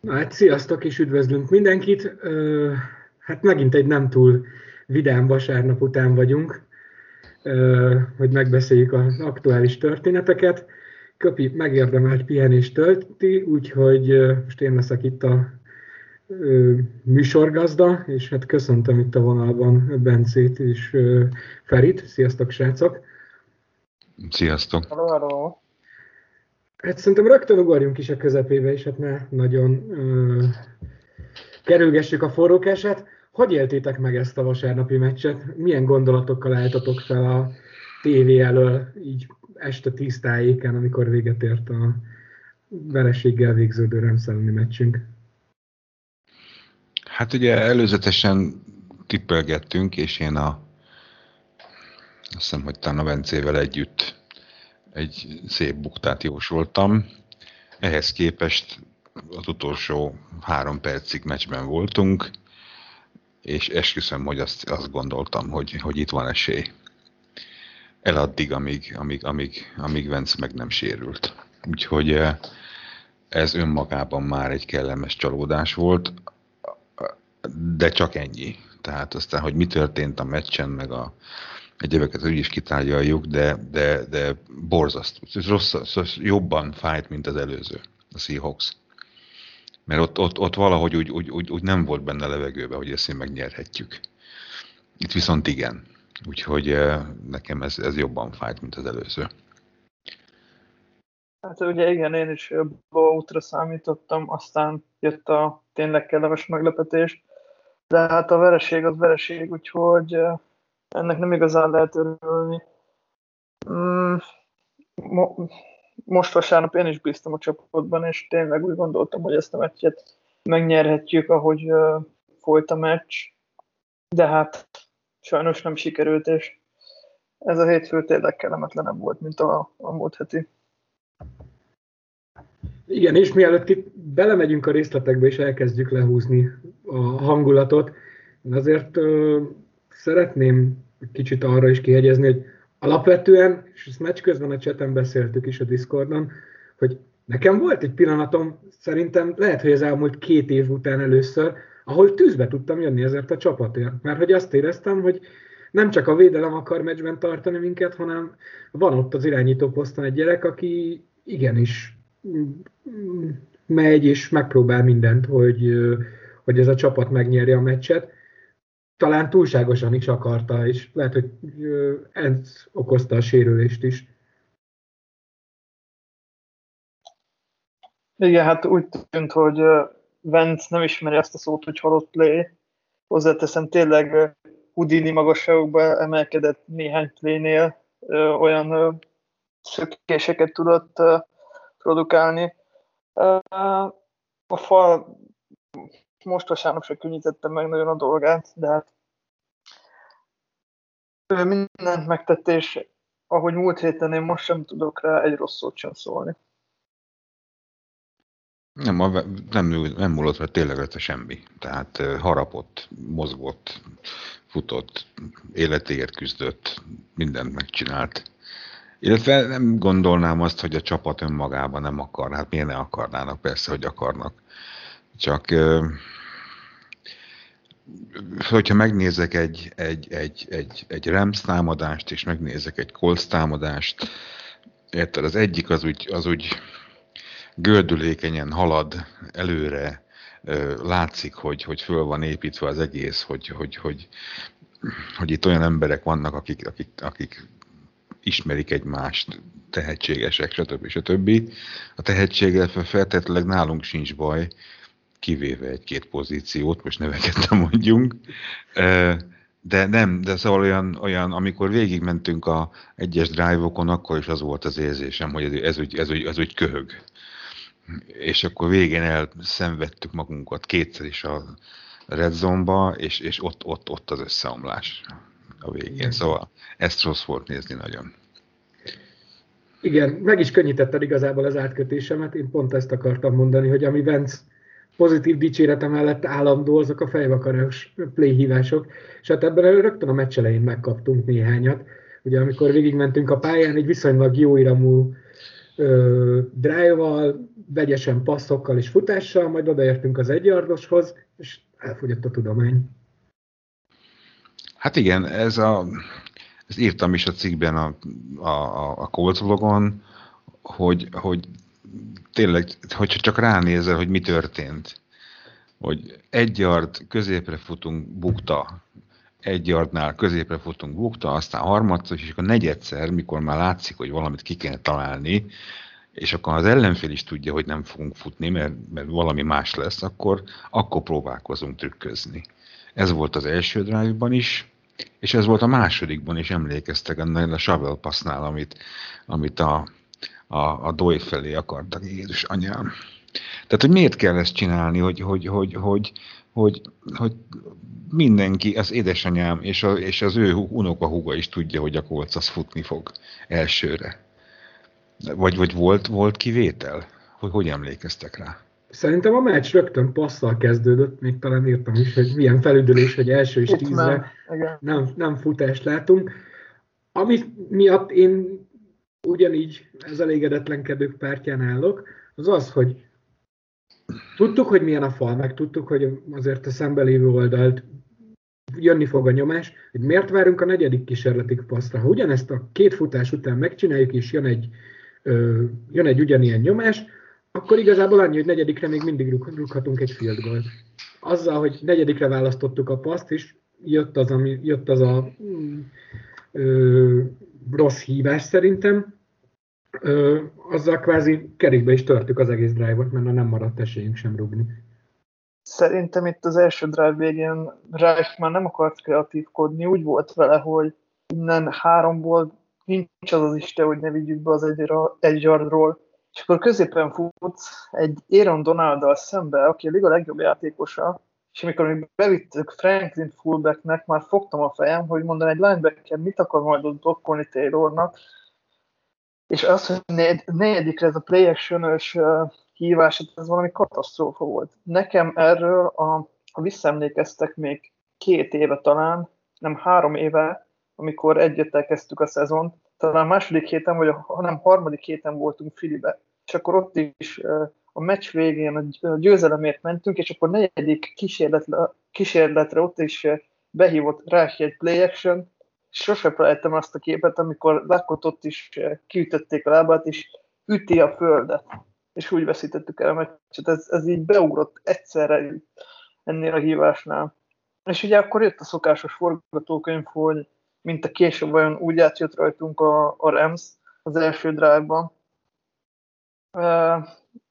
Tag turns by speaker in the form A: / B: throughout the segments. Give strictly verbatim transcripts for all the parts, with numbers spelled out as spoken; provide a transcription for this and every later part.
A: Na hát sziasztok, és üdvözlünk mindenkit. Ö, hát megint egy nem túl vidám vasárnap után vagyunk, ö, hogy megbeszéljük az aktuális történeteket. Köpi megérdemelt pihenést tölti, úgyhogy ö, most én leszek itt a ö, műsorgazda, és hát köszöntöm itt a vonalban Bencét és ö, Ferit. Sziasztok, srácok!
B: Sziasztok!
C: Hello, hello.
A: Hát szerintem rögtön ugorjunk is a közepébe, és hát ne nagyon ö, kerülgessük a forrókását. Hogy éltétek meg ezt a vasárnapi meccset? Milyen gondolatokkal álltatok fel a tévé elől, így este tíz tájéken, amikor véget ért a vereséggel végződő rendszerűen meccsünk?
B: Hát ugye előzetesen tippelgettünk, és én a azt hiszem, hogy talán a Bencével együtt egy szép buktát jósoltam. Ehhez képest az utolsó három percig meccsben voltunk, és esküszöm, hogy azt, azt gondoltam, hogy, hogy itt van esély. Eladdig, amíg, amíg, amíg, amíg Vence meg nem sérült. Úgyhogy ez önmagában már egy kellemes csalódás volt, de csak ennyi. Tehát aztán, hogy mi történt a meccsen, meg a egyébként úgy is kitárgyaljuk, de, de, de borzasztó. Rossz, jobban fájt, mint az előző, a Seahawks. Mert ott, ott, ott valahogy úgy, úgy, úgy, úgy nem volt benne a levegőben, hogy ezt megnyerhetjük. Itt viszont igen. Úgyhogy nekem ez, ez jobban fájt, mint az előző.
C: Hát ugye igen, én is blowout-ra számítottam, aztán jött a tényleg kellemes meglepetés. De hát a vereség az vereség, úgyhogy ennek nem igazán lehet örülni. Mm, mo- most vasárnap én is bíztam a csapatban, és tényleg úgy gondoltam, hogy ezt a meccset megnyerhetjük, ahogy uh, folyt a meccs. De hát sajnos nem sikerült, és ez a hétfő tényleg kellemetlenebb volt, mint a, a múlt heti.
A: Igen, és mielőtt itt belemegyünk a részletekbe, és elkezdjük lehúzni a hangulatot, én azért ö, szeretném kicsit arra is kihegyezni, hogy alapvetően, és ezt meccs közben a chaten beszéltük is a Discordon, hogy nekem volt egy pillanatom, szerintem lehet, hogy az elmúlt két év után először, ahol tűzbe tudtam jönni ezért a csapatért. Mert hogy azt éreztem, hogy nem csak a védelem akar meccsben tartani minket, hanem van ott az irányító poszton egy gyerek, aki igenis megy és megpróbál mindent, hogy, hogy ez a csapat megnyerje a meccset. Talán túlságosan is akarta, és lehet, hogy ez okozta a sérülést is.
C: Igen, hát úgy tűnt, hogy Vance nem ismeri azt a szót, hogy halott play. Hozzáteszem, tényleg Houdini magasságokba emelkedett néhány playnél, olyan szökéseket tudott produkálni. A fal most vasárnap se könnyítette meg nagyon a dolgát, de hát ő mindent megtett, és ahogy múlt héten én most sem tudok rá egy rossz szót sem szólni.
B: Nem, nem, nem múlott rá tényleg rá semmi. Tehát harapott, mozgott, futott, életéért küzdött, mindent megcsinált. Illetve nem gondolnám azt, hogy a csapat önmagában nem akar. Hát miért ne akarnának? Persze, hogy akarnak. Csak, hogyha megnézek egy, egy, egy, egy, egy Rams támadást, és megnézek egy Colts támadást, érted, az egyik az úgy, az úgy gördülékenyen halad előre, látszik, hogy, hogy föl van építve az egész, hogy, hogy, hogy, hogy itt olyan emberek vannak, akik, akik, akik ismerik egymást, tehetségesek, stb. stb. A tehetséggel feltétlenül nálunk sincs baj, kivéve egy-két pozíciót, most neveket nem mondjunk, de nem, de szóval olyan, olyan amikor végigmentünk a egyes drive-okon, akkor is az volt az érzésem, hogy ez úgy, ez úgy, ez úgy köhög. És akkor végén elszenvedtük magunkat kétszer is a red zone-ba, és, és ott, ott, ott az összeomlás a végén. Szóval ezt rossz volt nézni nagyon.
A: Igen, meg is könnyítetted igazából az átkötésemet. Én pont ezt akartam mondani, hogy ami Vance pozitív dicsérete mellett állandó, azok a fejvakarás playhívások. És hát ebben rögtön a meccs elején megkaptunk néhányat. Ugye amikor végigmentünk a pályán, egy viszonylag jó iramú drive-val, vegyesen passzokkal és futással, majd odaértünk az egyardoshoz, és elfogyott a tudomány.
B: Hát igen, ez a, ezt írtam is a cikkben a, a, a Colts vlogon, hogy, hogy tényleg, hogyha csak ránézel, hogy mi történt, hogy egy yard középre futunk, bukta, egy yardnál középre futunk, bukta, aztán harmadszor, és akkor negyedszer, mikor már látszik, hogy valamit ki kell találni, és akkor az ellenfél is tudja, hogy nem fogunk futni, mert, mert valami más lesz, akkor, akkor próbálkozunk trükközni. Ez volt az első drive-ban is, és ez volt a másodikban is, emlékeztek ennél a shovel passnál, amit, amit a, a, a Doyle felé akartak. Jézus anyám! Tehát, hogy miért kell ezt csinálni, hogy, hogy, hogy, hogy, hogy, hogy mindenki, az édesanyám és, a, és az ő unokahúga is tudja, hogy a Colts az futni fog elsőre. Vagy, vagy volt, volt kivétel? Hogy, hogy emlékeztek rá?
A: Szerintem a meccs rögtön passzal kezdődött, még talán írtam is, hogy milyen felüdülés, hogy első és tízre nem, nem futást látunk. Ami miatt én ugyanígy az elégedetlenkedők pártján állok, az az, hogy tudtuk, hogy milyen a fal, meg tudtuk, hogy azért a szembelévő oldalt jönni fog a nyomás, hogy miért várunk a negyedik kísérletig passzra. Ha ugyanezt a két futás után megcsináljuk, és jön egy, ö, jön egy ugyanilyen nyomás, akkor igazából annyi, hogy negyedikre még mindig rúghatunk egy field goalt. Azzal, hogy negyedikre választottuk a paszt, és jött az, ami, jött az a mm, ö, rossz hívás szerintem, ö, azzal kvázi kerékbe is törtük az egész drive-ot, mert nem maradt esélyünk sem rúgni.
C: Szerintem itt az első drive végén Reich már nem akart kreatívkodni, úgy volt vele, hogy innen háromból nincs az az Isten, hogy ne vigyük be az egy, egy yardról, és akkor középen futsz egy Aaron Donalddal szembe, aki a liga legjobb játékosa, és amikor mi bevittük Franklin fullbacknek, már fogtam a fejem, hogy mondom, egy linebacker mit akar majd ott blokkolni Taylornak, és az, hogy negyedikre ez a play action-ös hívás, ez valami katasztrófa volt. Nekem erről, a, ha visszaemlékeztek még két éve talán, nem három éve, amikor együtt elkezdtük a szezont, talán második héten, vagy a, hanem harmadik héten voltunk Filibe, és akkor ott is a meccs végén a győzelemért mentünk, és akkor negyedik kísérletre, kísérletre ott is behívott rá egy play action, és sose felejtem azt a képet, amikor Lackot ott is kiütötték a lábát, és üti a földet, és úgy veszítettük el a meccset. Ez, ez így beugrott egyszerre ennél a hívásnál. És ugye akkor jött a szokásos forgatókönyv, hogy mint a később olyan úgy átjött rajtunk a, a Rams az első drive-ban. Uh,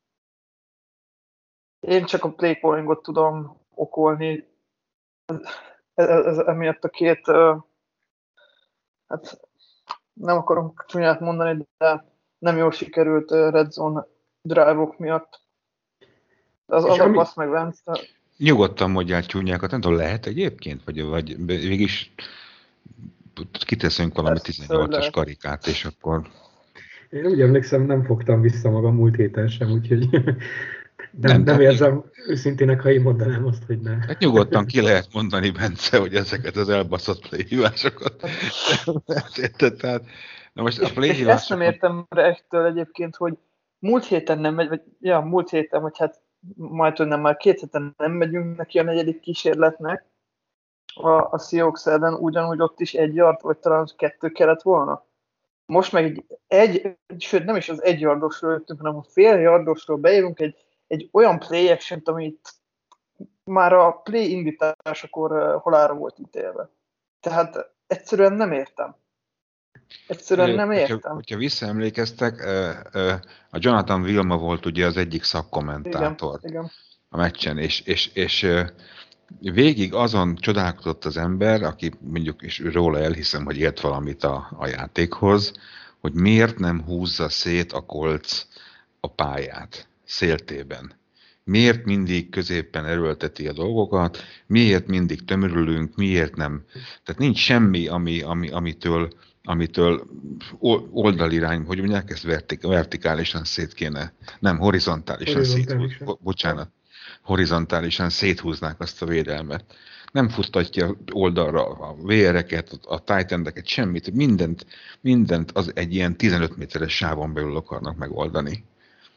C: én csak a play callingot tudom okolni. Ez, ez, emiatt a két, uh, hát nem akarom csúnyát mondani, de nem jól sikerült uh, red zone drive-ok miatt. Az alap azt meg Vance.
B: Nyugodtan mondjál csúnyákat, nem tudom, lehet egyébként? Vagy, vagy végig kiteszünk valami tizennyolcas karikát, és akkor...
A: Én úgy emlékszem, nem fogtam vissza magam múlt héten sem, úgyhogy nem, nem, nem érzem őszintének, ha én mondanám azt, hogy ne.
B: Hát nyugodtan ki lehet mondani, Bence, hogy ezeket az elbaszott playhívásokat. Tehát, na most a playhívásokat...
C: Ezt nem értem Reichtől egyébként, hogy múlt héten nem megy, vagy ja, múlt héten, vagy hát majd nem, már két héten nem megyünk neki a negyedik kísérletnek, a, a Seahawks ellen, ugyanúgy ott is egy yard, vagy talán kettő kellett volna. Most meg egy, egy sőt nem is az egy yardosról jöttünk, hanem a fél yardosról beírunk egy, egy olyan play action-t, amit már a play indításakor uh, halára volt ítélve. Tehát egyszerűen nem értem. Egyszerűen nem értem.
B: Hogyha, hogyha visszaemlékeztek, a Jonathan Wilma volt ugye az egyik szakkommentátor
C: igen, igen.
B: a meccsen, és, és, és végig azon csodálkodott az ember, aki mondjuk, és róla elhiszem, hogy ért valamit a, a játékhoz, hogy miért nem húzza szét a Colts a pályát széltében. Miért mindig középen erőlteti a dolgokat, miért mindig tömörülünk, miért nem. Tehát nincs semmi, ami, ami, amitől, amitől oldalirány, hogy mondják, ezt vertik, vertikálisan szét kéne, nem, horizontálisan, horizontálisan. szét, bo- bocsánat, horizontálisan széthúznák azt a védelmet. Nem futtatja oldalra a vé er-eket, a tight endeket, semmit, mindent, mindent az egy ilyen tizenöt méteres sávon belül akarnak megoldani.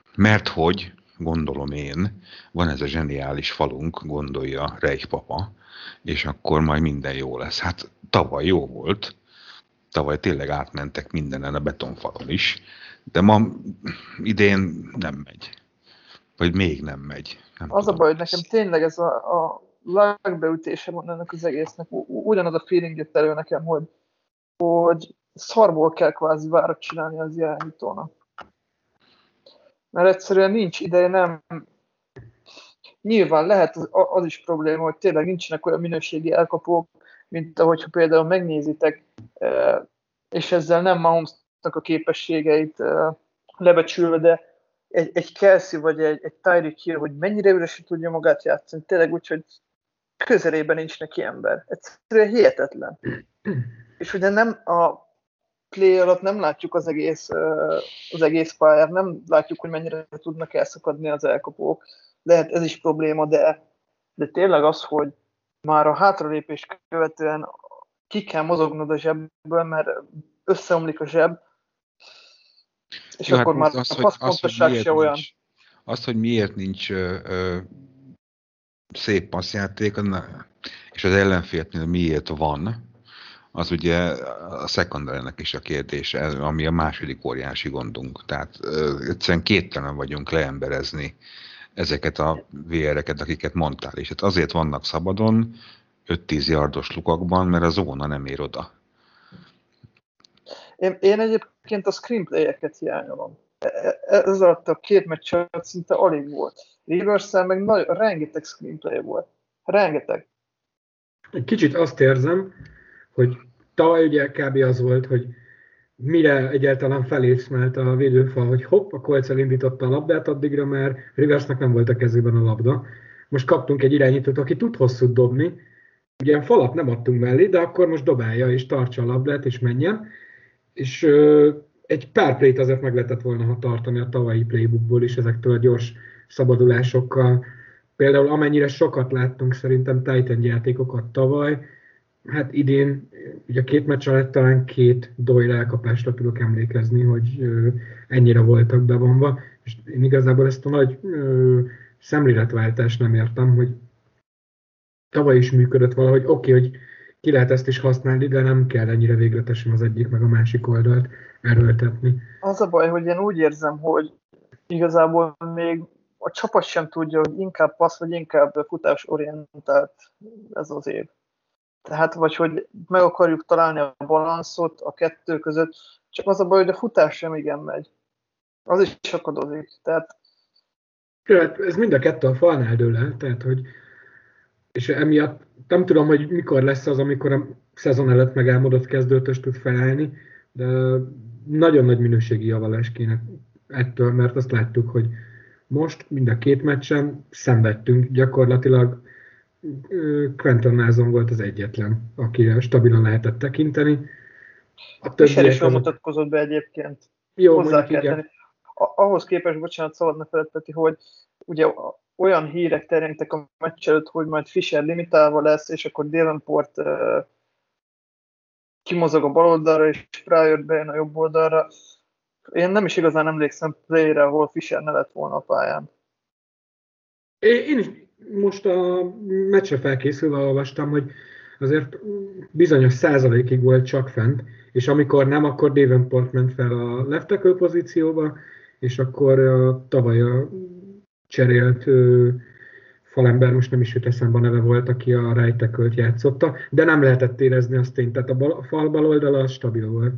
B: Mert hogy, gondolom én, van ez a zseniális falunk, gondolja Reich papa, és akkor majd minden jó lesz. Hát tavaly jó volt, tavaly tényleg átmentek mindenen a betonfalon is, de ma idén nem megy. Vagy még nem megy. Nem
C: Az
B: tudom.
C: a baj, hogy nekem tényleg ez a, a lágbeütése van ennek az egésznek. Ugyanaz a feeling jött elő nekem, hogy, hogy szarból kell kvázi várat csinálni az irányítónak. Mert egyszerűen nincs ideje, nem... Nyilván lehet az, az is probléma, hogy tényleg nincsenek olyan minőségi elkapók, mint ahogyha például megnézitek, és ezzel nem Mahomesnak a képességeit lebecsülve, de egy, egy Kelsey vagy egy, egy Tyreek Hill, hogy mennyire üresen tudja magát játszani, tényleg úgy, hogy közelében nincs neki ember. Egyszerűen hihetetlen. És ugye nem a play alatt nem látjuk az egész, az egész pályát, nem látjuk, hogy mennyire tudnak elszakadni az elkapók. Lehet ez is probléma, de, de tényleg az, hogy már a hátralépés követően ki kell mozognod a zsebből, mert összeomlik a zseb, és
B: Jó,
C: akkor
B: hát
C: már
B: az,
C: a
B: hogy,
C: passzpontosság
B: az,
C: se olyan.
B: Nincs, az, hogy miért nincs ö, ö, szép passzjáték, és az ellenfélnél miért van, az ugye a secondary-nek is a kérdése, ami a második óriási gondunk. Tehát ö, egyszerűen képtelen vagyunk leemberezni ezeket a vé er-eket, akiket mondtál. És hát azért vannak szabadon öt-tíz yardos lukakban, mert a zóna nem ér oda.
C: Én, én egyébként a screenplay-eket hiányolom. Ez alatt a két meccs szinte alig volt. Rivers-szel meg nagy, rengeteg screenplay volt. Rengeteg.
A: Egy kicsit azt érzem, hogy tavaly ugye kb. Az volt, hogy mire egyáltalán felészmelt a védőfal, hogy hopp, a Colts elindította a labdát, addigra már Riversnek nem volt a kezében a labda. Most kaptunk egy irányítót, aki tud hosszút dobni. Ugye falat nem adtunk mellé, de akkor most dobálja és tartsa a labdát és menjen. És ö, egy pár playt azért meg lehetett volna ha tartani a tavalyi playbookból is ezektől a gyors szabadulásokkal. Például amennyire sokat láttunk szerintem Titan játékokat tavaly, hát idén, ugye a két meccs alatt talán két Doyle elkapásra tudok emlékezni, hogy ö, ennyire voltak bevonva, és én igazából ezt a nagy ö, szemléletváltást nem értem, hogy tavaly is működött valahogy, oké, okay, hogy ki lehet ezt is használni, de nem kell ennyire végletesen az egyik meg a másik oldalt erőltetni.
C: Az a baj, hogy én úgy érzem, hogy igazából még a csapat sem tudja, hogy inkább passz, vagy inkább futásorientált ez az év. Tehát, vagy hogy meg akarjuk találni a balanszot a kettő között, csak az a baj, hogy a futás sem igen megy. Az is akadozik. Tehát...
A: Hát ez mind a kettő a falnál dől el, tehát hogy és emiatt nem tudom, hogy mikor lesz az, amikor a szezon előtt megálmodott kezdőtös tud felállni, de nagyon nagy minőségi javulás kéne ettől, mert azt láttuk, hogy most mind a két meccsen szenvedtünk, gyakorlatilag Quentin Nelson volt az egyetlen, akire stabilan lehetett tekinteni.
C: A Fischer is jól mutatkozott be egyébként.
A: Jó,
C: hozzá kell tenni. Ahhoz képest, bocsánat, szabadna feledteti, hogy ugye olyan hírek terjedtek a meccs előtt, hogy majd Fischer limitálva lesz, és akkor Davenport uh, kimozog a bal oldalra, és Pryor bejön a jobb oldalra. Én nem is igazán emlékszem playre, ahol Fischer ne lett volna a pályán.
A: Én is most a meccsre felkészülve olvastam, hogy azért bizonyos százalékig volt csak fent, és amikor nem, akkor Davenport ment fel a left tackle pozícióba, és akkor a tavaly a cserélt ö, falember, most nem is jut eszembe a neve volt, aki a right tackle-t játszotta, de nem lehetett érezni azt tényt, tehát a, bal, a fal bal oldala az stabil volt.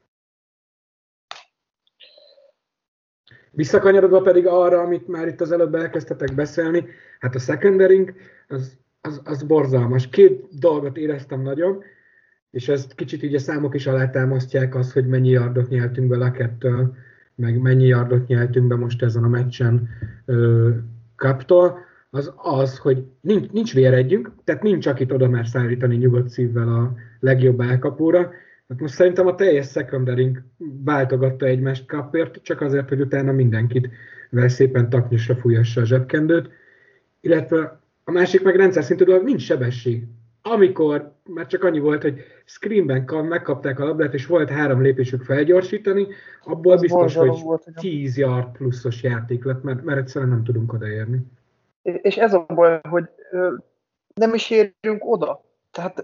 A: Visszakanyarodva pedig arra, amit már itt az előbb elkezdtetek beszélni, hát a secondaring az, az, az borzalmas. Két dolgot éreztem nagyon, és ezt kicsit így a számok is alátámasztják azt, hogy mennyi yardot nyeltünk be Lackettől, meg mennyi yardot nyeltünk be most ezen a meccsen Cuptól, az az, hogy nincs, nincs véredjünk, tehát nincs, akit oda mer szállítani nyugodt szívvel a legjobb elkapóra. Hát most szerintem a teljes secondaring váltogatta egymást Cupért, csak azért, hogy utána mindenkit vel szépen taknyosra fújassa a zsebkendőt. Illetve a másik meg rendszer szintű dolog, nincs sebesség. amikor, mert csak annyi volt, hogy screenben megkapták a labdát, és volt három lépésük felgyorsítani, abból
C: Az
A: biztos,
C: borzalom
A: hogy
C: volt, hogy
A: tíz yard pluszos játék lett, mert, mert egyszerűen nem tudunk odaérni.
C: és ez a baj, hogy ö, nem is érünk oda. Tehát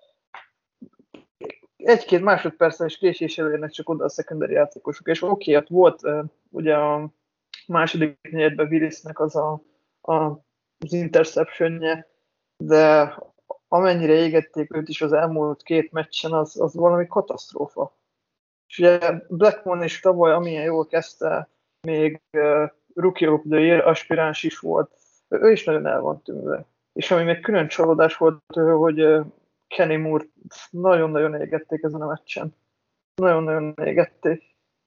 C: egy-két másodperccel is késéssel érnek csak oda a secondary játékosok. És oké, okay, ott volt uh, ugye a második negyedben Willisnek az a, a, az interceptionje, de amennyire égették őt is az elmúlt két meccsen, az, az valami katasztrófa. És ugye Blackmon is tavaly, amilyen jól kezdte, még uh, Rookie of the Year aspiráns is volt, ő is nagyon el van tűnve. És ami még külön csalódás volt, hogy uh, Kenny Moore nagyon-nagyon égették ezen a meccsen. Nagyon-nagyon égették.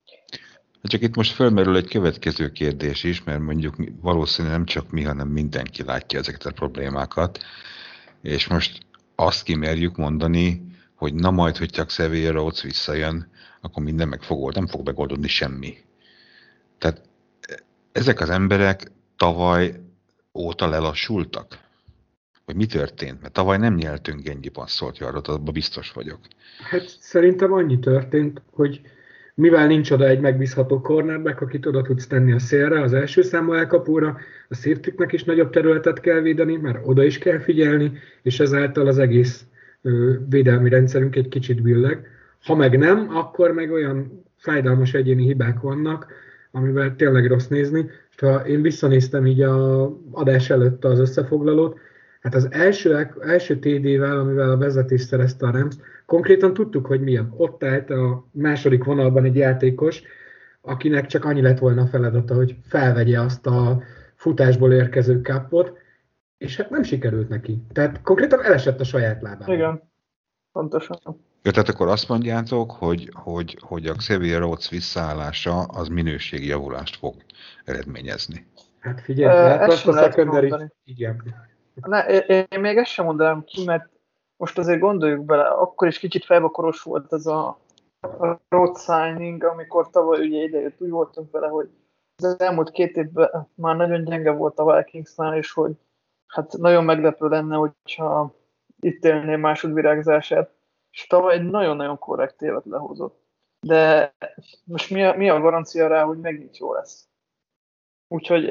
B: Csak itt most felmerül egy következő kérdés is, mert mondjuk valószínűleg nem csak mi, hanem mindenki látja ezeket a problémákat, és most azt kimerjük mondani, hogy na majd, hogy csak Xavier Rhodes visszajön, akkor minden meg fog, nem fog megoldani semmi. Tehát ezek az emberek tavaly óta lelassultak? Vagy mi történt? Mert tavaly nem nyeltünk ennyi passzolt yardot, abban biztos vagyok.
A: Hát szerintem annyi történt, hogy mivel nincs oda egy megbízható cornerback, akit oda tudsz tenni a szélre, az első számú elkapóra, a safetyknek is nagyobb területet kell védeni, mert oda is kell figyelni, és ezáltal az egész ö, védelmi rendszerünk egy kicsit billeg. Ha meg nem, akkor meg olyan fájdalmas egyéni hibák vannak, amivel tényleg rossz nézni. És ha én visszanéztem így a adás előtt az összefoglalót, hát az első, első té dé-vel, amivel a vezetést szerezte a Rams, konkrétan tudtuk, hogy milyen. Ott állt a második vonalban egy játékos, akinek csak annyi lett volna a feladata, hogy felvegye azt a futásból érkező kápot, és hát nem sikerült neki. Tehát konkrétan elesett a saját lábában.
C: Igen, pontosan.
B: Ja, tehát akkor azt mondjátok, hogy, hogy, hogy a Xavier Rhodes visszaállása az minőségi javulást fog eredményezni.
A: Hát figyelj,
C: Uh,
A: hát
C: ezt
A: azt a
C: sem lehet
A: secondary,
C: mondani.
A: igen.
C: Ne, én én még ezt sem mondanám ki, mert most azért gondoljuk bele, akkor is kicsit felbakoros volt ez a, a road signing, amikor tavaly ugye idejött, úgy voltunk vele, hogy az elmúlt két évben már nagyon gyenge volt a Vikingsnál, és hogy hát nagyon meglepő lenne, hogyha itt élné másodvirágzását, és tavaly egy nagyon-nagyon korrekt évet lehozott. De most mi a, mi a garancia rá, hogy megint jó lesz? Úgyhogy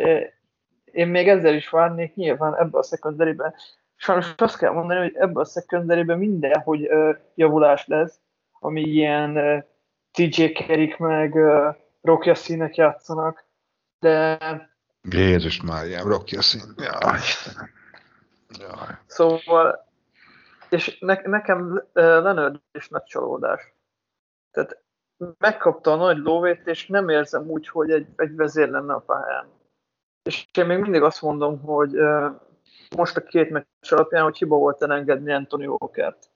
C: én még ezzel is várnék, nyilván ebbe a secondary-ben. Sajnos azt kell mondani, hogy ebbe a secondary-ben mindenhogy uh, javulás lesz, ami ilyen uh, té jé Kerik meg uh, Rock Ya-Sinek játszanak, de...
B: Jézus Máriám, Rock Ya-Sin. Jaj, Istenem. Jaj.
C: Szóval, és ne, nekem uh, Leonard is nagy csalódás. Tehát megkapta a nagy lóvét, és nem érzem úgy, hogy egy, egy vezér lenne a pályán. És én még mindig azt mondom, hogy uh, most a két meccs alapján, hogy hiba volt elengedni Anthony Walkert.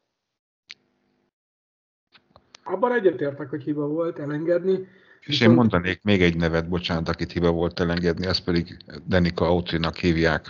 A: Abban egyetértek, hogy hiba volt elengedni.
B: És viszont... én mondanék még egy nevet, bocsánat, akit hiba volt elengedni, azt pedig Danica Autrynak hívják.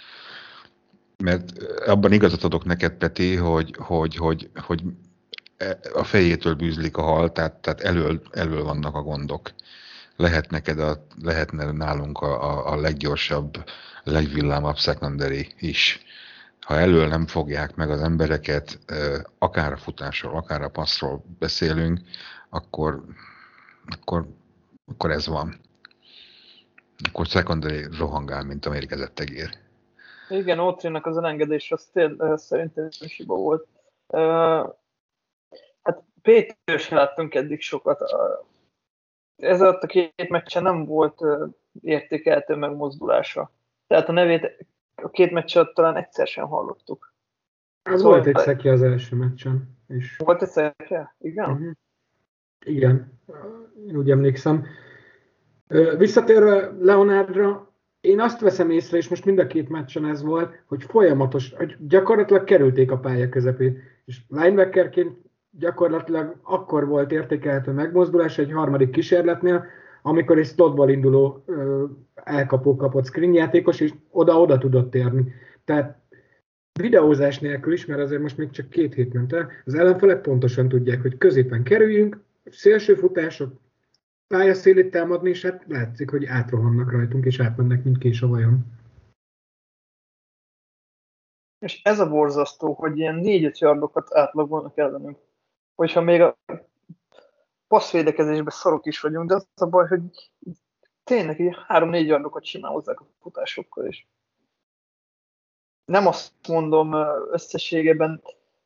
B: Mert abban igazat adok neked, Peti, hogy, hogy, hogy, hogy a fejétől bűzlik a hal, tehát, tehát elől, elől vannak a gondok. Lehet neked a, lehetne nálunk a, a, a leggyorsabb, legvillámabb secondary is. Ha elől nem fogják meg az embereket, akár a futásról, akár a passzról beszélünk, akkor, akkor, akkor ez van. Akkor secondary rohangál, mint a mérgezett tegér.
C: Igen, Autrynak az elengedés az tél, szerintem is hiba volt. Hát Péter sem láttunk eddig sokat. Ez alatt a két meccsen nem volt értékelhető megmozdulása. Tehát a nevét a két meccs alatt talán egyszer sem hallottuk.
A: Az szóval volt egy szekje az első meccsen. És...
C: Volt egy szekje? Igen? Uh-huh.
A: Igen, én úgy emlékszem. Visszatérve Leonardra, én azt veszem észre, és most mind a két meccsen ez volt, hogy folyamatos, hogy gyakorlatilag kerülték a pálya közepét, és linebackerként gyakorlatilag akkor volt értékelhető megmozdulás egy harmadik kísérletnél, amikor egy slotból induló ö, elkapó kapott screen játékos, és oda-oda tudott érni. Tehát videózás nélkül is, mert azért most még csak két hét ment el, az ellenfelek pontosan tudják, hogy középen kerüljünk, szélső futások, pályaszélét támadni, és hát látszik, hogy átrohannak rajtunk, és átmennek, mint kés a vajon.
C: És ez a borzasztó, hogy ilyen négy-öt yardokat átlagolnak ellenünk. Hogyha még a passzvédekezésben szarok is vagyunk, de az a baj, hogy tényleg így három-négy yardokat simán hozzák a futásokkal is. Nem azt mondom összességében,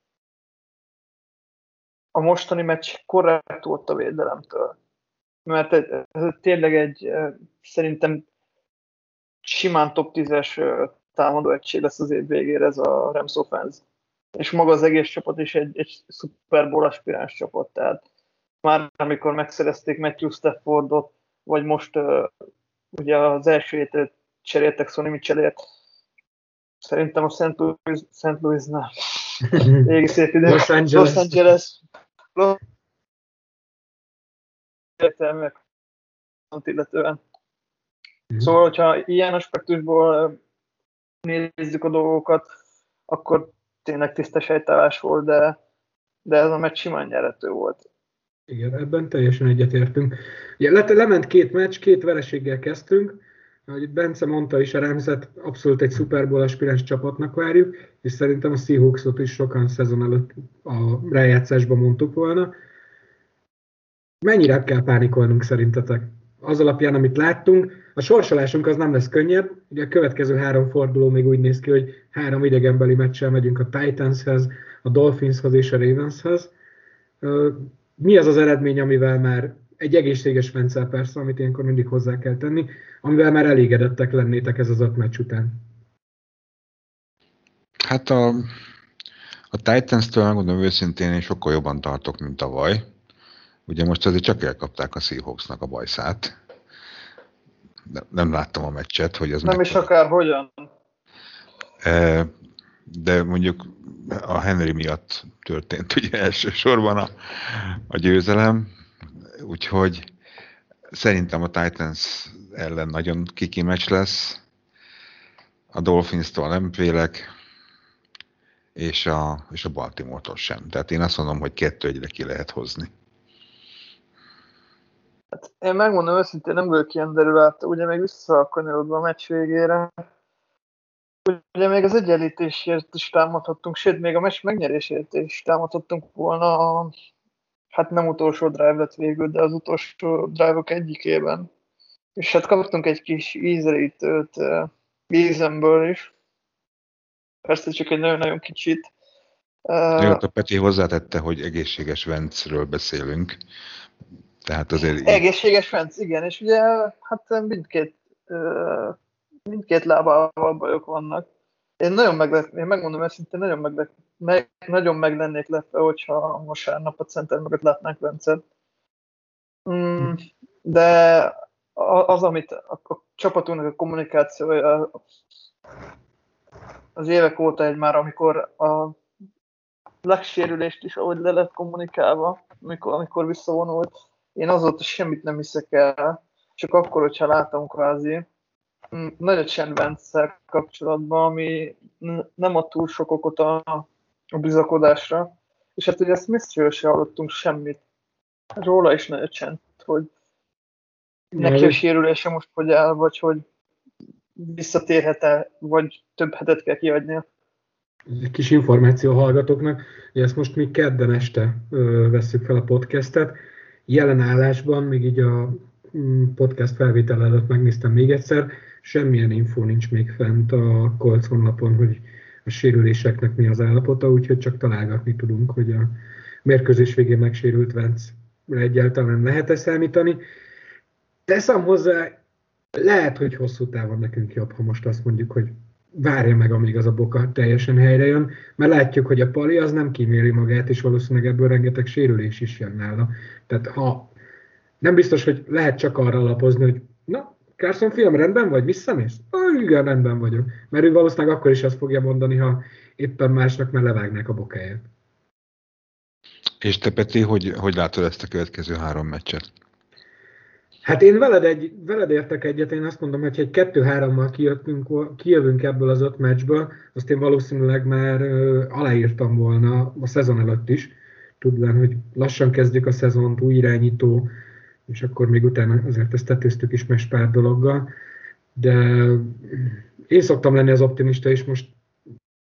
C: a mostani meccs korrekt volt a védelemtől. Mert ez tényleg egy szerintem simán top tízes támadó egység lesz az év végére ez a Rams offense. És maga az egész csapat is egy, egy Super Bowl aspiráns csapat. Tehát már amikor megszerezték Matthew Staffordot, vagy most uh, ugye az első hétet cseréltek Sonny Mitchellért, szerintem a Saint Louis, Saint Louis nem. Égi szép idő.
A: Los Angeles.
C: Los Angeles. Los Angeles. illetően. Mm. Szóval, hogyha ilyen aspektusból nézzük a dolgokat, akkor tényleg tisztes helytállás volt, de, de ez a meccs simán nyerhető volt.
A: Igen, ebben teljesen egyetértünk. Ugye le, lement két meccs, két vereséggel kezdtünk. Ahogy Bence mondta is, a Ramset abszolút egy Super Bowl aspiráns csapatnak várjuk, és szerintem a Seahawksot is sokan szezon előtt a rájátszásban mondtuk volna. Mennyire kell pánikolnunk szerintetek? Az alapján, amit láttunk, a sorsolásunk az nem lesz könnyebb. Ugye a következő három forduló még úgy néz ki, hogy három idegenbeli meccsel megyünk a Titanshez, a Dolphinshoz és a Ravenshez. Mi az az eredmény, amivel már egy egészséges Wenzel persze, amit ilyenkor mindig hozzá kell tenni, amivel már elégedettek lennétek ez az öt meccs után?
B: Hát a, a Titans-től megmondom őszintén, én sokkal jobban tartok, mint tavaly. Ugye most azért csak elkapták a Seahawksnak a bajszát. De nem láttam a meccset, hogy ez
C: nem is akár hogyan.
B: De mondjuk a Henry miatt történt ugye elsősorban a, a győzelem, úgyhogy szerintem a Titans ellen nagyon kiki meccs lesz, a Dolphins-tól nem félek, és a, és a Baltimore-tól sem. Tehát én azt mondom, hogy kettő egyre ki lehet hozni.
C: Hát én megmondom őszintén, nem vagyok ilyen derülált, ugye még visszakanyarodva a meccs végére. Ugye még az egyenlítésért is támadhattunk, sőt, még a meccs megnyerésért is támadhattunk volna a, hát nem utolsó drive lett végül, de az utolsó drive-ok egyikében. És hát kaptunk egy kis ízelítőt uh, Easonből is. Persze csak egy nagyon-nagyon kicsit.
B: Uh, Jó, a Peti hozzátette, hogy egészséges Wentzről beszélünk. Tehát azért...
C: Egészséges Wentz, igen, és ugye hát mindkét uh, mindkét lábával bajok vannak. Én nagyon meg, én megmondom őszintén, nagyon meg, meg, nagyon meg lennék lepve, hogyha vasárnap a center mögött látnánk Wentzet. Mm, de az, amit a, a csapatunknak a kommunikációja az évek óta egy már, amikor a legsérülést is ahogy le lett kommunikálva, amikor, amikor visszavonult, én azóta semmit nem hiszek el, csak akkor, hogyha látom kvázi, nagyot sem Wentzsel kapcsolatban, ami nem ad túl sok okot a, a bizakodásra. És hát ugye Smith-ről se hallottunk semmit. Róla is nagyot csend, hogy neki a sérülése most hogy áll, vagy hogy visszatérhet-e, vagy több hetet kell kiadnia.
A: Egy kis információ hallgatóknak, hogy ezt most mi kedden este ö, vesszük fel a podcastet. Jelen állásban, még így a podcast felvétel előtt megnéztem még egyszer, semmilyen infó nincs még fent a Colts honlapon, hogy a sérüléseknek mi az állapota, úgyhogy csak találgatni tudunk, hogy a mérkőzés végén megsérült Wentzre egyáltalán lehet-e számítani. Teszem hozzá, lehet, hogy hosszú távon nekünk jobb, ha most azt mondjuk, hogy várja meg, amíg az a boka teljesen helyre jön, mert látjuk, hogy a Pali az nem kíméli magát, és valószínűleg ebből rengeteg sérülés is jön nála. Tehát ha nem biztos, hogy lehet csak arra alapozni, hogy na, Carson fiam, rendben vagy? Visszamész? Ah, igen, rendben vagyok. Mert ő valószínűleg akkor is azt fogja mondani, ha éppen másnak már levágnák a bokáját.
B: És te, Peti, hogy, hogy látod ezt a következő három meccset?
A: Hát én veled, egy, veled értek egyet, én azt mondom, hogy ha egy kettő-hárommal kijövünk ebből az öt meccsből, azt én valószínűleg már uh, aláírtam volna a szezon előtt is, tudván, hogy lassan kezdjük a szezont, új irányító, és akkor még utána azért ezt tetőztük is más pár dologgal, de én szoktam lenni az optimista, és most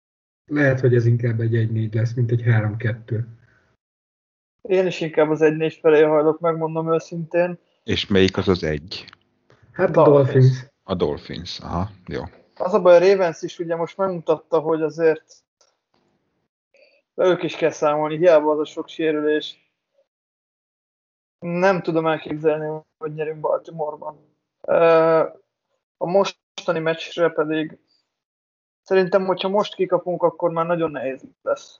A: Lehet, hogy ez inkább egy egy négy lesz, mint egy három kettő.
C: Én is inkább az egy négy felé hajlok, megmondom őszintén.
B: És melyik az az egy?
A: Hát a
C: Dolphins.
A: Dolphins.
B: A Dolphins, aha, jó.
C: Az a baj, a Ravens is ugye most megmutatta, hogy azért ők is kell számolni, hiába az a sok sérülés. Nem tudom elképzelni, hogy nyerünk Baltimore-ban. A mostani meccsre pedig szerintem, hogyha most kikapunk, akkor már nagyon nehéz lesz.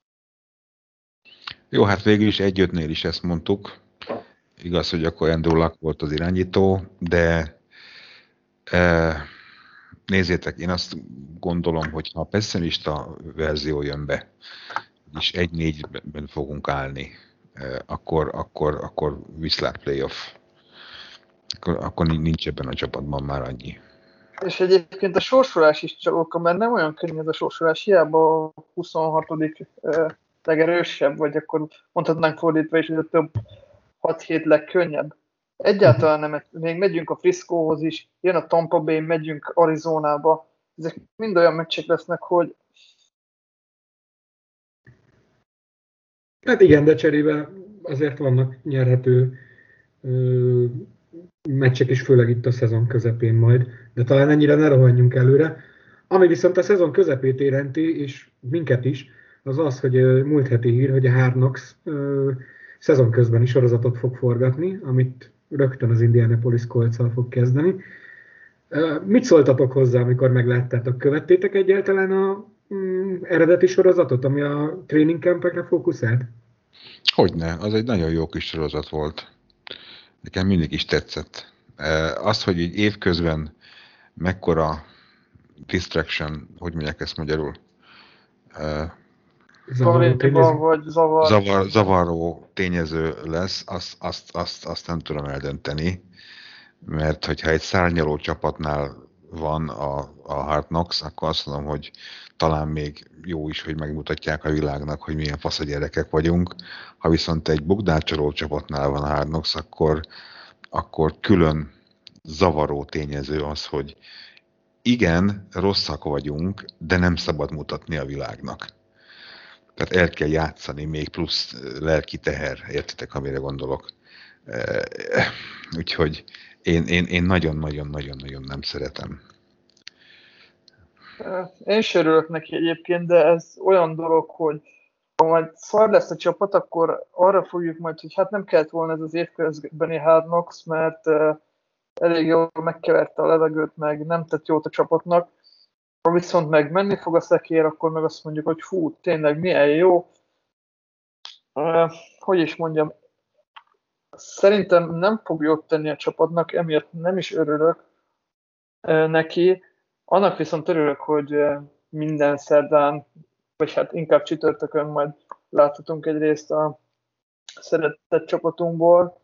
B: Jó, hát végül is egy ötnél is ezt mondtuk. Igaz, hogy akkor Andrew Luck volt az irányító, de e, nézzétek, én azt gondolom, hogy ha a pessimista verzió jön be, és egy négyben fogunk állni, e, akkor, akkor, akkor viszlát playoff. Akkor, akkor nincs ebben a csapatban már annyi.
C: És egyébként a sorsolás is csak, mert nem olyan könnyű ez a sorsolás, hiába a huszonhatodik legerősebb, vagy akkor mondhatnánk fordítva is, hogy a több hat hét legkönnyebb. Egyáltalán nem, még megyünk a Friscohoz is, jön a Tampa Bay, megyünk Arizonába. Ezek mind olyan meccsek lesznek, hogy...
A: Hát igen, de cserébe azért vannak nyerhető ö, meccsek is, főleg itt a szezon közepén majd, de talán ennyire ne rohanjunk előre. Ami viszont a szezon közepét érinti, és minket is, az az, hogy ö, múlt heti hír, hogy a Hard Knocks ö, szezon közben is sorozatot fog forgatni, amit rögtön az Indianapolis Colts-al fog kezdeni. Ö, mit szóltatok hozzá, amikor megláttátok? Követtétek egyáltalán a mm, eredeti sorozatot, ami a training campekre fókuszált?
B: Hogyne, az egy nagyon jó kis sorozat volt. Nekem mindig is tetszett. Az, hogy így évközben mekkora distraction, hogy mondják ezt magyarul?
A: Zavaró tényező.
C: Vagy zavar.
B: Zavar, zavaró tényező lesz, azt, azt, azt, azt nem tudom eldönteni, mert hogyha egy szárnyaló csapatnál van a, a Hard Knocks, akkor azt mondom, hogy talán még jó is, hogy megmutatják a világnak, hogy milyen fasz gyerekek vagyunk. Ha viszont egy bukdácsoló csapatnál van a Hard Knocks, akkor, akkor külön zavaró tényező az, hogy igen, rosszak vagyunk, de nem szabad mutatni a világnak. Tehát el kell játszani, még plusz lelki teher, értitek, amire gondolok. Úgyhogy én, én, én nagyon-nagyon-nagyon-nagyon nem szeretem.
C: Én is örülök neki egyébként, de ez olyan dolog, hogy ha majd szar lesz a csapat, akkor arra fogjuk majd, hogy hát nem kellett volna ez az évközbeni Hard Knocks, mert uh, elég jól megkeverte a levegőt, meg nem tett jót a csapatnak. Ha viszont meg menni fog a szekér, akkor meg azt mondjuk, hogy fú, tényleg milyen jó. Uh, hogy is mondjam, szerintem nem fog jót tenni a csapatnak, emiatt nem is örülök uh, neki. Annak viszont örülök, hogy minden szerdán, vagy hát inkább csütörtökön majd láthatunk egy részt a szeretett csapatunkból.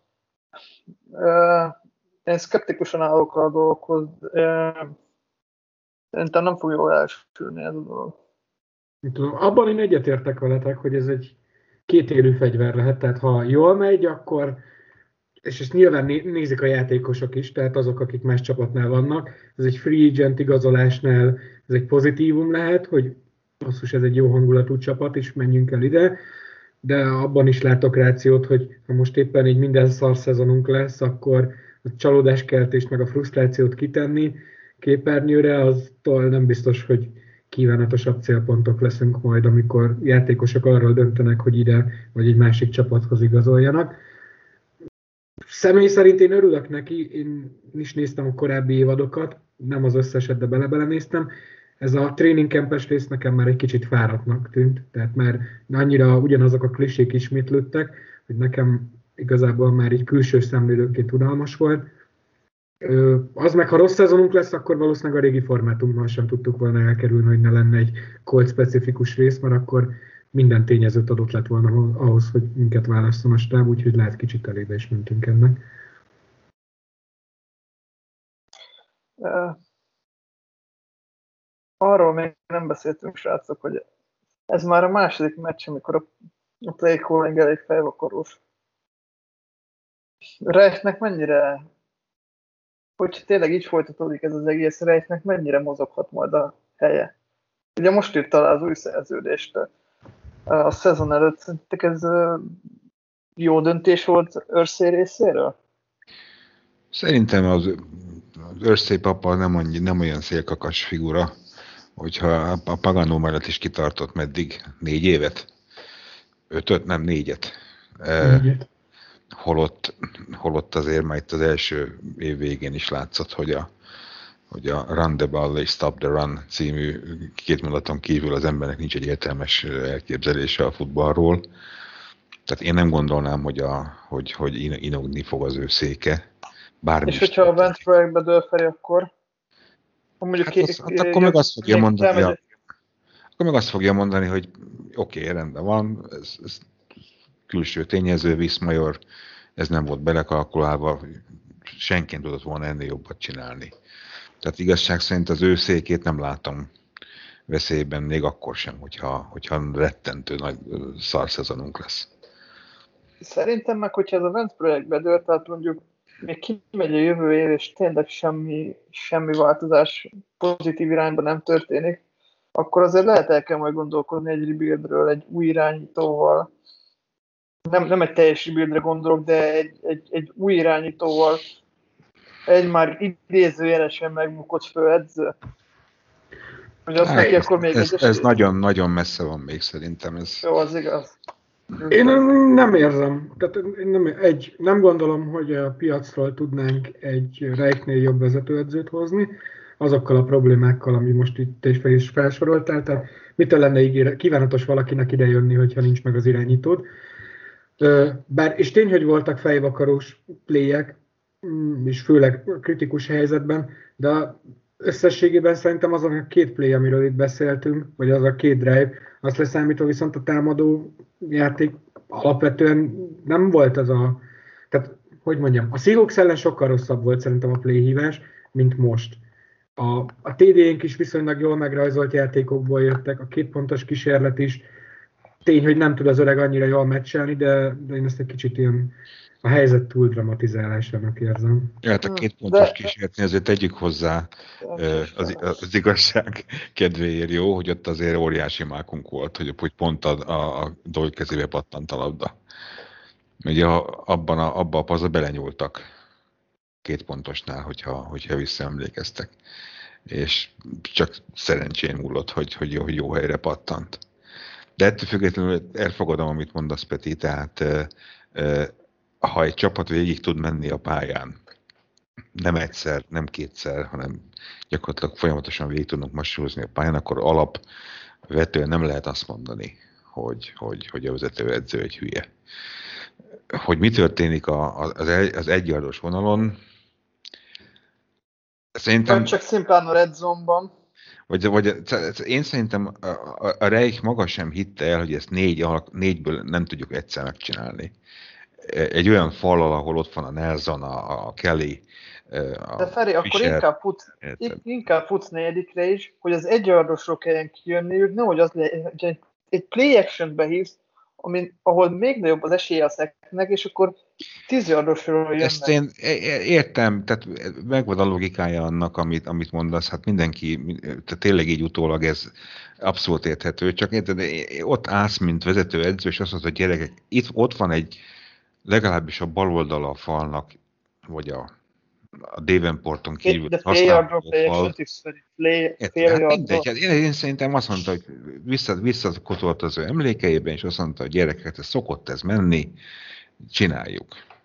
C: Én szkeptikusan állok a dolgokhoz. Szerintem nem fog jól elsülni ez a dolog.
A: Tudom, abban én egyetértek veletek, hogy ez egy kétélű fegyver lehet, tehát ha jól megy, akkor, és ezt nyilván nézik a játékosok is, tehát azok, akik más csapatnál vannak, ez egy free agent igazolásnál, ez egy pozitívum lehet, hogy basszus, ez egy jó hangulatú csapat, és menjünk el ide, de abban is látok rációt, hogy ha most éppen így minden szar szezonunk lesz, akkor a csalódáskeltést meg a frusztrációt kitenni képernyőre, aztól nem biztos, hogy kívánatosabb célpontok leszünk majd, amikor játékosok arról döntenek, hogy ide vagy egy másik csapathoz igazoljanak. Személy szerint én örülök neki, én is néztem a korábbi évadokat, nem az összeset, de bele-bele néztem. Ez a training campes rész nekem már egy kicsit fáradtnak tűnt, tehát már annyira ugyanazok a klisék ismétlődtek, hogy nekem igazából már így külső szemlélőként unalmas volt. Az meg, ha rossz szezonunk lesz, akkor valószínűleg a régi formátummal sem tudtuk volna elkerülni, hogy ne lenne egy Colt-specifikus rész, mert akkor minden tényezőt adott lett volna ahhoz, hogy minket válasszon a stáb, úgyhogy lehet kicsit elébe is mentünk ennek.
C: Uh, arról még nem beszéltünk, srácok, hogy ez már a második meccs, amikor a, a play calling elég fejvakarós. Reichnek mennyire, hogyha tényleg így folytatódik ez az egész, Reichnek mennyire mozoghat majd a helye? Ugye most írt alá az új szerződést a szezon előtt. Szerintetek ez jó döntés volt Irsay részéről?
B: Szerintem az, az Irsay papa nem, annyi, nem olyan szélkakas figura, hogyha a Pagano mellett is kitartott meddig négy évet, ötöt, nem négyet.
A: Négyet.
B: Holott, holott azért már itt az első év végén is látszott, hogy a, hogy a Run the Ball és Stop the Run című két mondaton kívül az embernek nincs egy értelmes elképzelése a futballról. Tehát én nem gondolnám, hogy, a, hogy, hogy inogni fog az ő széke. Bármi
C: és hogyha a Vance projektbe dől felé, akkor mondjuk
B: hát,
C: ki,
B: az, hát akkor meg azt fogja mondani, a, akkor meg azt fogja mondani, hogy oké, okay, rendben van, ez, ez külső tényező, Viszmajor, ez nem volt belekalkulálva, senki nem tudott volna ennél jobbat csinálni. Tehát igazság szerint az ő székét nem látom veszélyben, még akkor sem, hogyha, hogyha rettentő nagy szarszezonunk lesz.
C: Szerintem meg, hogyha ez a Vance projektbe dől, tehát mondjuk még kimegy a jövő év, és tényleg semmi, semmi változás pozitív irányba nem történik, akkor azért lehet el kell majd gondolkodni egy rebuildről, egy új irányítóval. Nem, nem egy teljes rebuildre gondolok, de egy, egy, egy új irányítóval, egy már idézőjelesen megbukott főedző. Hogy azt neki
B: ez,
C: akkor még
B: ez,
C: egy
B: ez nagyon-nagyon messze van még szerintem. Ez...
C: Jó, az igaz.
A: Én nem érzem. Tehát én nem, egy, nem gondolom, hogy a piacról tudnánk egy Reiknél jobb vezetőedzőt hozni, azokkal a problémákkal, ami most itt és fel is felsoroltál. Tehát mitől lenne ígére, kívánatos valakinek idejönni, hogyha nincs meg az irányítód. Bár, és tény, hogy voltak fejvakarós playek, és főleg kritikus helyzetben, de összességében szerintem azon a két play, amiről itt beszéltünk, vagy az a két drive, azt leszámítva viszont a támadó játék alapvetően nem volt az a... Tehát, hogy mondjam, a Seahawks ellen sokkal rosszabb volt szerintem a playhívás, mint most. A, a té dé-nk is viszonylag jól megrajzolt játékokból jöttek, a két pontos kísérlet is. Tény, hogy nem tud az öreg annyira jól meccselni, de, de én ezt egy kicsit ilyen a helyzet túl dramatizálásának érzem.
B: Ja, hát a két pontos
C: de...
B: kísérletni azért tegyük hozzá az, az igazság kedvéért jó, hogy ott azért óriási mákunk volt, hogy, hogy pont a, a, a Doyle kezébe pattant a labda. Ugye abban a, abba a pazba belenyúltak két pontosnál, hogyha, hogyha visszaemlékeztek. És csak szerencsén múlott, hogy, hogy, jó, hogy jó helyre pattant. De ettől függetlenül elfogadom, amit mondasz, Peti, tehát ha egy csapat végig tud menni a pályán, nem egyszer, nem kétszer, hanem gyakorlatilag folyamatosan végig tudnak masírozni a pályán, akkor alapvetően nem lehet azt mondani, hogy, hogy, hogy a vezetőedző egy hülye. Hogy mi történik az, egy, az egyjardos vonalon, szerintem...
C: Nem csak szimplán a red zone-ban.
B: Vagy, vagy én szerintem a, a, a Reich maga sem hitte el, hogy ezt négy, négyből nem tudjuk egyszer megcsinálni. Egy olyan fallal, ahol ott van a Nelson, a, a Kelly, a
C: De Feri,
B: Fischer,
C: akkor inkább futsz, inkább futsz negyedikre is, hogy az egyardosról kelljen kijönniük, nem hogy az egy, egy play action-be hívsz, amin, ahol még nagyobb az esélye a szeknek, és akkor tíz yardosról jönnek.
B: Ezt én értem, tehát megvan a logikája annak, amit, amit mondasz, hát mindenki, tehát tényleg így utólag ez abszolút érthető, csak érted, ott állsz, mint vezetőedző, és azt mondod, hogy gyerekek, itt, ott van egy, legalábbis a bal oldala a falnak, vagy a, a Davenporton kívül
C: de
B: használható fal.
C: Hát
B: mindegy, hát én, én szerintem azt mondta, hogy vissza, visszakotolt az ő emlékeiben, és azt mondta, hogy gyerekek, ez szokott ez menni, csináljuk.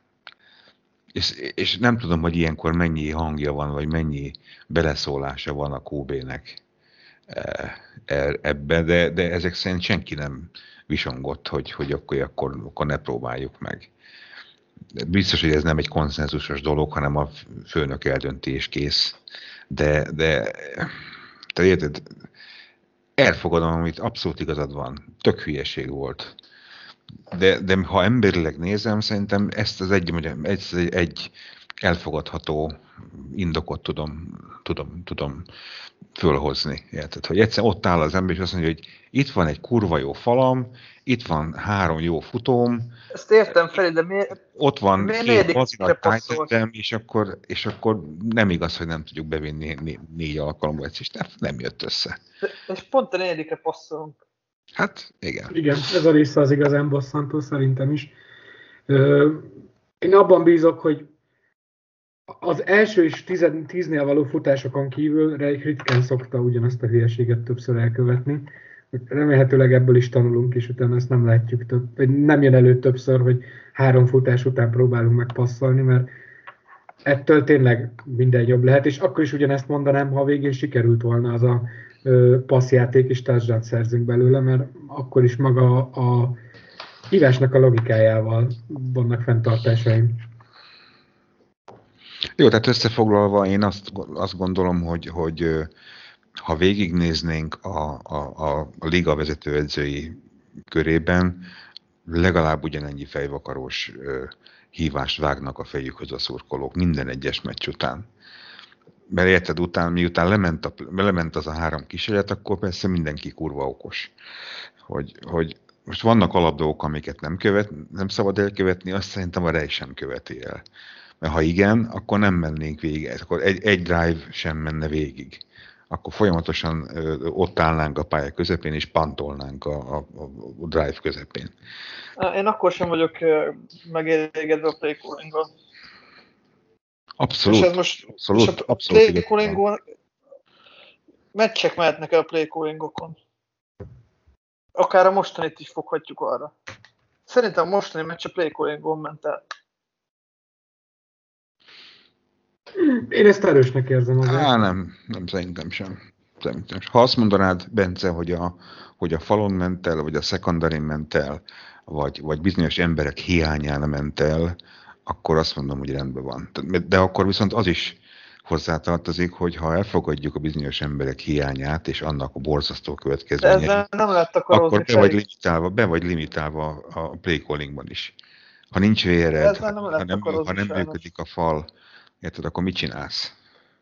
B: És, és nem tudom, hogy ilyenkor mennyi hangja van, vagy mennyi beleszólása van a kú bének ebbe, de, de ezek szerint senki nem visongott, hogy, hogy akkor, akkor, akkor ne próbáljuk meg. Biztos, hogy ez nem egy konszenzusos dolog, hanem a főnök eldönti és kész. De, de te érted, elfogadom, amit abszolút igazad van. Tök hülyeség volt. De, de ha emberileg nézem, szerintem ezt az egy, ezt egy elfogadható indokot tudom, tudom, tudom fölhozni. Érted? Hogy egyszer ott áll az ember, és azt mondja, hogy itt van egy kurva jó falam, itt van három jó futóm,
C: ezt értem, Feri, de miért,
B: ott van
C: miért
B: két
C: negyedikre
B: bazinak
C: passzol?
B: tájtettem, és akkor, és akkor nem igaz, hogy nem tudjuk bevinni né, négy alkalommal, és nem, nem jött össze.
C: De, és pont a negyedikre passzolunk.
B: Hát, igen.
A: Igen, ez a része az igazán bosszantó szerintem is. Ö, én abban bízok, hogy az első és tíz, tíznél való futásokon kívül Reich ritkán szokta ugyanazt a hülyeséget többször elkövetni. Remélhetőleg ebből is tanulunk, és utána ezt nem látjuk több, vagy nem jön elő többször, hogy három futás után próbálunk megpasszolni, mert ettől tényleg minden jobb lehet, és akkor is ugyanezt mondanám, ha végén sikerült volna az a ö, passzjáték, és touchdown szerzünk belőle, mert akkor is maga a hívásnak a logikájával vannak fenntartásaim.
B: Jó, tehát összefoglalva én azt, azt gondolom, hogy, hogy ha végignéznénk a, a, a, a liga vezetőedzői körében, legalább ugyanennyi fejvakarós ö, hívást vágnak a fejükhöz a szurkolók minden egyes meccs után. Mert érted, után, miután lement, a, lement az a három kísérlet, akkor persze mindenki kurva okos. Hogy, hogy most vannak alapdolgok, amiket nem, követ, nem szabad elkövetni, azt szerintem a Rej sem követi el. Mert ha igen, akkor nem mennénk végig, akkor egy, egy drive sem menne végig. Akkor folyamatosan ö, ott állnánk a pálya közepén, és pantolnánk a, a, a drive közepén.
C: Én akkor sem vagyok megélégedve a play calling-gal.
B: Abszolút.
C: És ez most
B: abszolút,
C: és a
B: abszolút
C: play calling-on meccsek mehetnek el a play calling-okon. Akár a mostanit is foghatjuk arra. Szerintem a mostani meccs a play calling-on ment el.
A: Én ezt erősnek érzem azért.
B: Á, nem, nem, szerintem sem. Szerintem sem. Ha azt mondanád, Bence, hogy a, hogy a falon ment el, vagy a secondary ment el, vagy, vagy bizonyos emberek hiányán ment el, akkor azt mondom, hogy rendben van. De akkor viszont az is hozzátartozik, hogy ha elfogadjuk a bizonyos emberek hiányát, és annak a borzasztó következményeit,
C: nem lehet
B: akkor be vagy, limitálva, be vagy limitálva a play callingban is. Ha nincs véred,
C: nem
B: ha nem, ha nem működik a fal, érted, akkor mit csinálsz?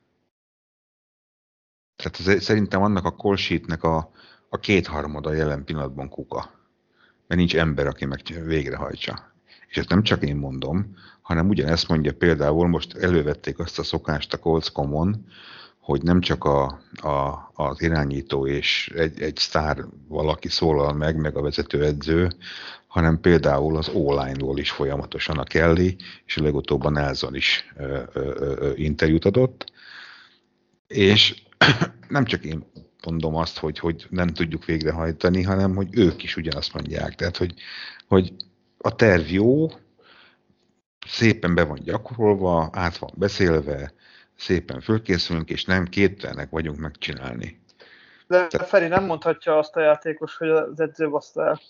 B: Tehát ez, szerintem annak a call sheetnek a, a kétharmada jelen pillanatban kuka. Mert nincs ember, aki meg végrehajtsa. És ezt nem csak én mondom, hanem ugyanezt mondja például, most elővették azt a szokást a Colts-comon, hogy nem csak a, a, az irányító és egy, egy sztár valaki szólal meg, meg a vezetőedző, hanem például az O-line-ról is folyamatosan a Kelly, és a legutóbb a Nelson is ö, ö, ö, interjút adott. És nem csak én mondom azt, hogy, hogy nem tudjuk végrehajtani, hanem hogy ők is ugyanazt mondják. Tehát, hogy, hogy a terv jó, szépen be van gyakorolva, át van beszélve, szépen fölkészülünk, és nem képtelenek vagyunk megcsinálni.
C: De Feri nem mondhatja azt a játékos, hogy az edző baszta el.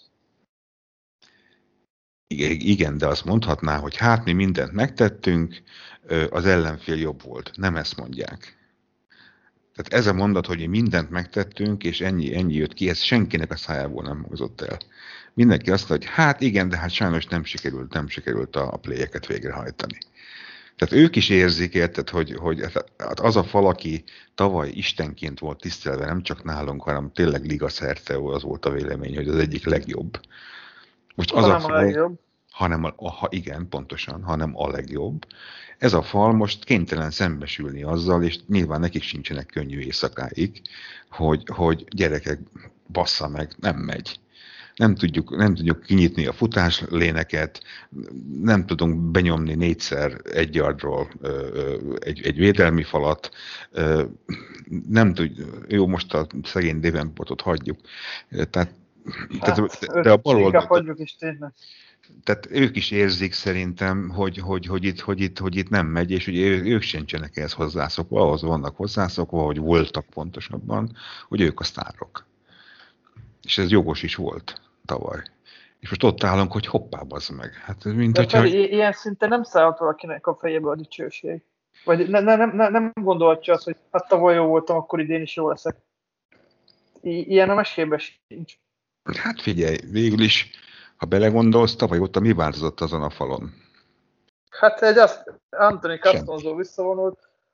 B: Igen, de azt mondhatná, hogy hát mi mindent megtettünk, az ellenfél jobb volt. Nem ezt mondják. Tehát ez a mondat, hogy mi mindent megtettünk, és ennyi, ennyi jött ki, ez senkinek a szájából nem hangzott el. Mindenki azt mondja, hogy hát igen, de hát sajnos nem sikerült, nem sikerült a playeket végrehajtani. Tehát ők is érzik, érted, hogy, hogy az a fal, aki tavaly istenként volt tisztelve, nem csak nálunk, hanem tényleg ligaszerte, az volt a vélemény, hogy az egyik legjobb. Most az
C: hanem
B: a fal,
C: a legjobb.
B: hanem a, ha igen, pontosan, hanem a legjobb. Ez a fal most kénytelen szembesülni azzal, és nyilván nekik sincsenek könnyű éjszakáig, hogy, hogy gyerekek, bassza meg, nem megy. Nem tudjuk, nem tudjuk kinyitni a futásléneket, nem tudunk benyomni négyszer egy yardról egy, egy védelmi falat, nem tudjuk, jó, most a szegény Davenportot hagyjuk, tehát,
C: hát,
B: tehát de a bal oldal,
C: is tényleg.
B: Tehát ők is érzik szerintem, hogy, hogy, hogy, itt, hogy, itt, hogy itt nem megy, és ugye ők sincsenek ehhez hozzászokva, ahhoz vannak hozzászokva, hogy voltak pontosabban, hogy ők a sztárok. És ez jogos is volt tavaly. És most ott állunk, hogy hoppá, bazd meg. Hát, mint
C: de
B: hogyha...
C: Feri, ilyen szinten nem szállhat valakinek a fejébe a dicsőség. Vagy ne, ne, ne, nem gondolhatja azt, hogy hát tavaly jó voltam, akkor idén is jó leszek. I- ilyen a mesébe sincs.
B: Hát figyelj, végül is, ha belegondolsz, tavaly óta mi változott azon a falon?
C: Hát egy azt, Anthony Castonzo visszavonult,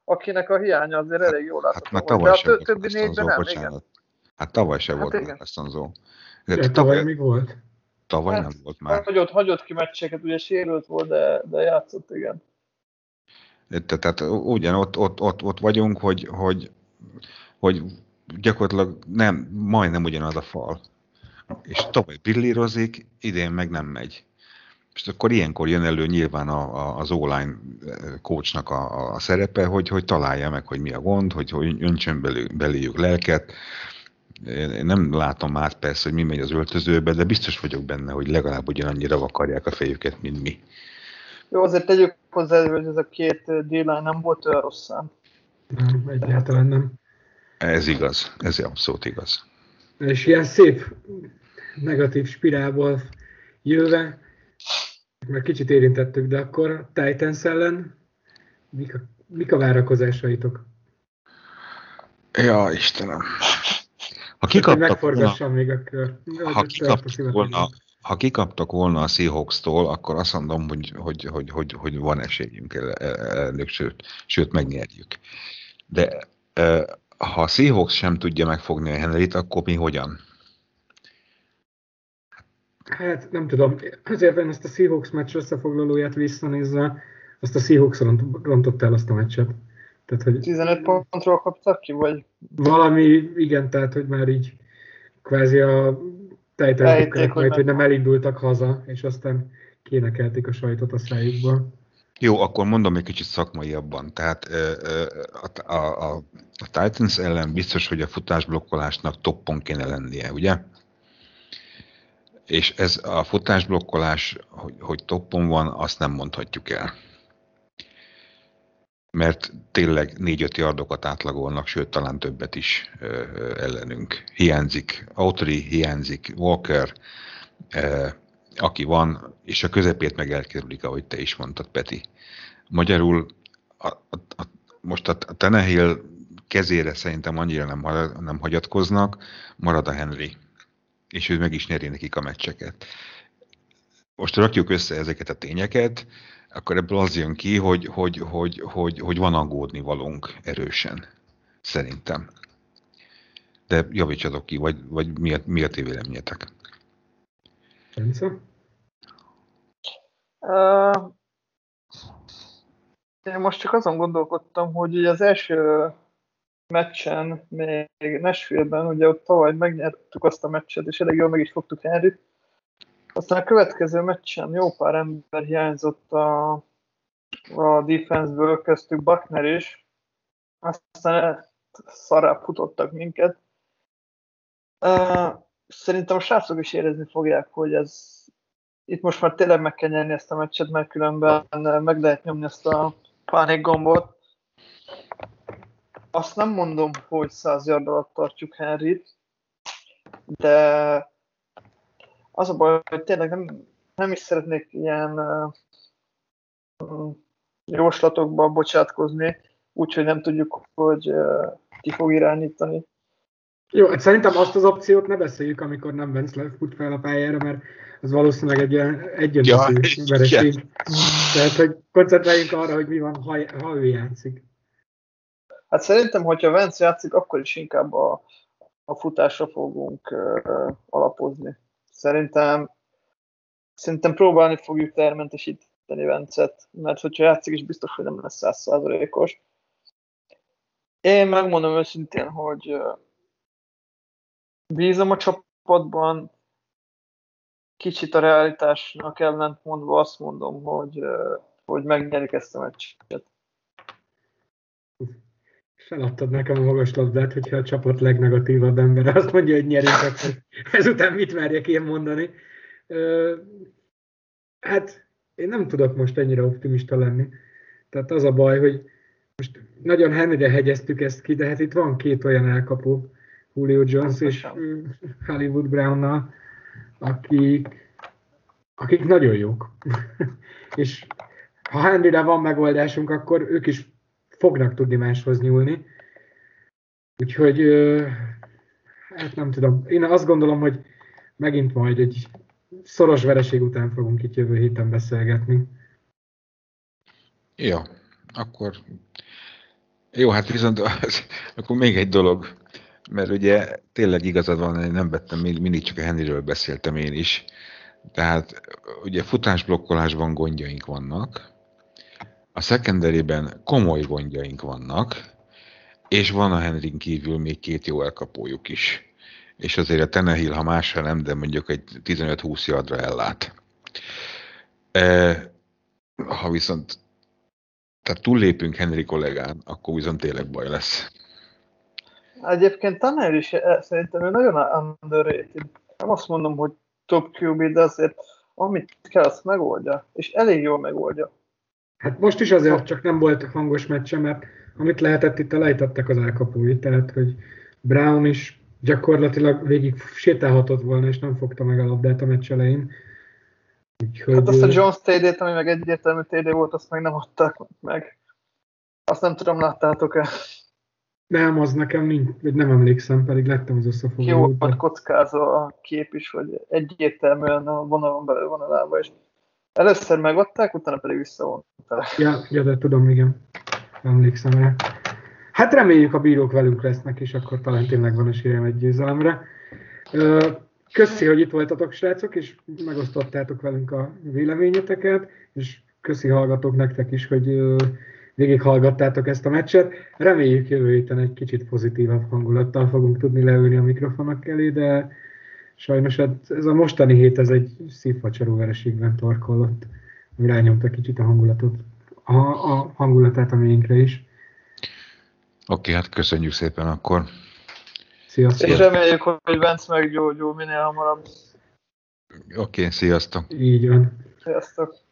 C: akinek a hiánya azért elég jól látható.
B: Hát már tavaly sem volt
C: többi négyben nem, bocsánat. Igen.
B: Hát tavaly sem
C: hát
B: volt Marcassonzó. De
A: tavaly, tavaly még volt.
B: Tavaly hát, nem volt már.
C: Hagyott, hagyott ki meccseket, ugye sérült volt, de, de játszott, igen.
B: Tehát ugyan ott, ott, ott, ott vagyunk, hogy, hogy, hogy gyakorlatilag nem, majdnem ugyanaz a fal. És tavaly brillírozik, idén meg nem megy. És akkor ilyenkor jön elő nyilván a, a, az online coachnak a, a szerepe, hogy, hogy találja meg, hogy mi a gond, hogy, hogy öntsön beléjük lelket. Én nem látom át persze, hogy mi megy az öltözőbe, de biztos vagyok benne, hogy legalább ugyanannyira vakarják a fejüket, mint mi.
C: Jó, azért tegyük hozzá, hogy ez a két D-line nem volt olyan rossz szám.
A: Nem, egyáltalán nem.
B: Ez igaz, ez abszolút igaz.
A: És ilyen szép negatív spirálból jöve, mert kicsit érintettük, de akkor Titans ellen mik a, mik a várakozásaitok?
B: Ja, Istenem. Ha kikaptak volna,
A: még a kör.
B: Ha kikaptak volna, ha kikaptak volna a Seahawks-tól, akkor azt mondom, hogy, hogy, hogy, hogy, hogy van esélyünk ellenük, sőt, sőt megnyerjük. De ha a Seahawks sem tudja megfogni a Henryt, akkor mi hogyan?
A: Hát nem tudom, azért én ezt a Seahawks meccs összefoglalóját visszanézve, azt a Seahawks rontott el azt a meccset. Tehát, hogy
C: tizenöt pontról kaptak ki, vagy?
A: Valami, igen, tehát, hogy már így kvázi a Titans majd, hogy nem elindultak haza, és aztán kénekelték a sajtot a szájukból.
B: Jó, akkor mondom egy kicsit szakmaiabban. Tehát a, a, a, a Titans ellen biztos, hogy a futásblokkolásnak toppon kéne lennie, ugye? És ez a futásblokkolás, hogy, hogy toppon van, azt nem mondhatjuk el. Mert tényleg négy-öt yardokat átlagolnak, sőt, talán többet is ö, ellenünk. Hiányzik Autry, hiányzik Walker, ö, aki van, és a közepét meg elkerülik, ahogy te is mondtad, Peti. Magyarul a, a, a, most a Tannehill kezére szerintem annyira nem, nem hagyatkoznak, marad a Henry, és ő meg is nyeri nekik a meccseket. Most rakjuk össze ezeket a tényeket, akkor ebből az jön ki, hogy, hogy, hogy, hogy, hogy van aggódni valónk erősen, szerintem. De javítsatok ki, vagy, vagy mi a, mi a ti véleményetek?
C: Uh, én most csak azon gondolkodtam, hogy ugye az első meccsen, még Nashville-ben, ugye ott tavaly megnyertük azt a meccset, és elég jól meg is fogtuk Henryt. Aztán a következő meccsen jó pár ember hiányzott a, a defense-ből, köztük Buckner is. Aztán szarrább futottak minket. Uh, szerintem a srácok is érezni fogják, hogy ez itt most már tényleg meg kell nyerni ezt a meccset, mert különben meg lehet nyomni ezt a pánik gombot. Azt nem mondom, hogy száz yard alatt tartjuk Henryt, de az a baj, hogy tényleg nem, nem is szeretnék ilyen uh, jóslatokba bocsátkozni, úgyhogy nem tudjuk, hogy uh, ki fog irányítani.
A: Jó, hát szerintem azt az opciót ne beszéljük, amikor nem Vance fut fel a pályára, mert az valószínűleg egy ilyen egyöntetű ja, vereség. Yeah. Tehát, hogy koncentráljunk arra, hogy mi van, ha, ha ő játszik.
C: Hát szerintem, hogyha Vance játszik, akkor is inkább a, a futásra fogunk uh, alapozni. Szerintem, szerintem próbálni fogjuk termentesíteni Vance-et, mert hogyha játszik is biztos, hogy nem lesz száz százalékos. Én megmondom őszintén, hogy uh, bízom a csapatban, kicsit a realitásnak ellentmondva azt mondom, hogy, uh, hogy megnyerik ezt a meccset.
A: Feladtad nekem a magas labdát, hogyha a csapat legnegatívabb ember azt mondja, hogy nyerünk, akkor ezután mit merjek én mondani. Hát én nem tudok most ennyire optimista lenni. Tehát az a baj, hogy most nagyon Henryre hegyeztük ezt ki, de hát itt van két olyan elkapó, Julio Jones és Hollywood Brownnal, akik, akik nagyon jók. És ha Henryre van megoldásunk, akkor ők is fognak tudni máshoz nyúlni. Úgyhogy, hát nem tudom. Én azt gondolom, hogy megint majd egy szoros vereség után fogunk itt jövő héten beszélgetni.
B: Jó, akkor Jó, hát viszont az, akkor még egy dolog, mert ugye tényleg igazad van, én nem vettem, mindig csak a Henryről beszéltem én is. Tehát ugye futásblokkolásban gondjaink vannak, a secondary-ben komoly gondjaink vannak, és van a Henryn kívül még két jó elkapójuk is. És azért a Tannehill, ha másra nem, de mondjuk egy tizenöt-húsz yardra ellát. E, ha viszont tehát túllépünk Henry kollégán, akkor viszont tényleg baj lesz.
C: Egyébként Tannehill is szerintem ő nagyon underrated. Nem azt mondom, hogy top kú bé, de azért amit kell, azt megoldja. És elég jól megoldja.
A: Hát most is azért csak nem volt hangos meccse, mert amit lehetett, itt lejtettek az elkapói, tehát hogy Brown is gyakorlatilag végig sétálhatott volna, és nem fogta meg a labdát a meccs elején.
C: Úgyhogy... Hát azt a Jones té dét, ami meg egyértelmű té dé volt, azt meg nem adták meg. Azt nem tudom, láttátok-e?
A: Nem, az nekem nincs, vagy nem emlékszem, pedig lettem az összefoglalót.
C: Jó, volt kockázva a kép is, hogy egyértelműen a vonalon belül van a lába, és először megadták, utána pedig visszavonták.
A: Ja, ja, de tudom, igen. Emlékszem rá. Hát reméljük a bírók velünk lesznek, és akkor talán tényleg van esélyem egy győzelemre. Köszi, hogy itt voltatok, srácok, és megosztottátok velünk a véleményeteket, és köszi hallgatók nektek is, hogy végighallgattátok ezt a meccset. Reméljük jövő héten egy kicsit pozitívabb hangulattal fogunk tudni leülni a mikrofonok elé, de sajnos ez a mostani hét ez egy szívfacsaró vereségben torkollott, ami rányomta kicsit a hangulatot, a, a hangulatát a miénkre is.
B: Oké, hát köszönjük szépen akkor.
A: Sziasztok.
C: És reméljük, hogy Vance meggyógyul minél hamarabb.
B: Oké, sziasztok.
A: Így van.
C: Sziasztok.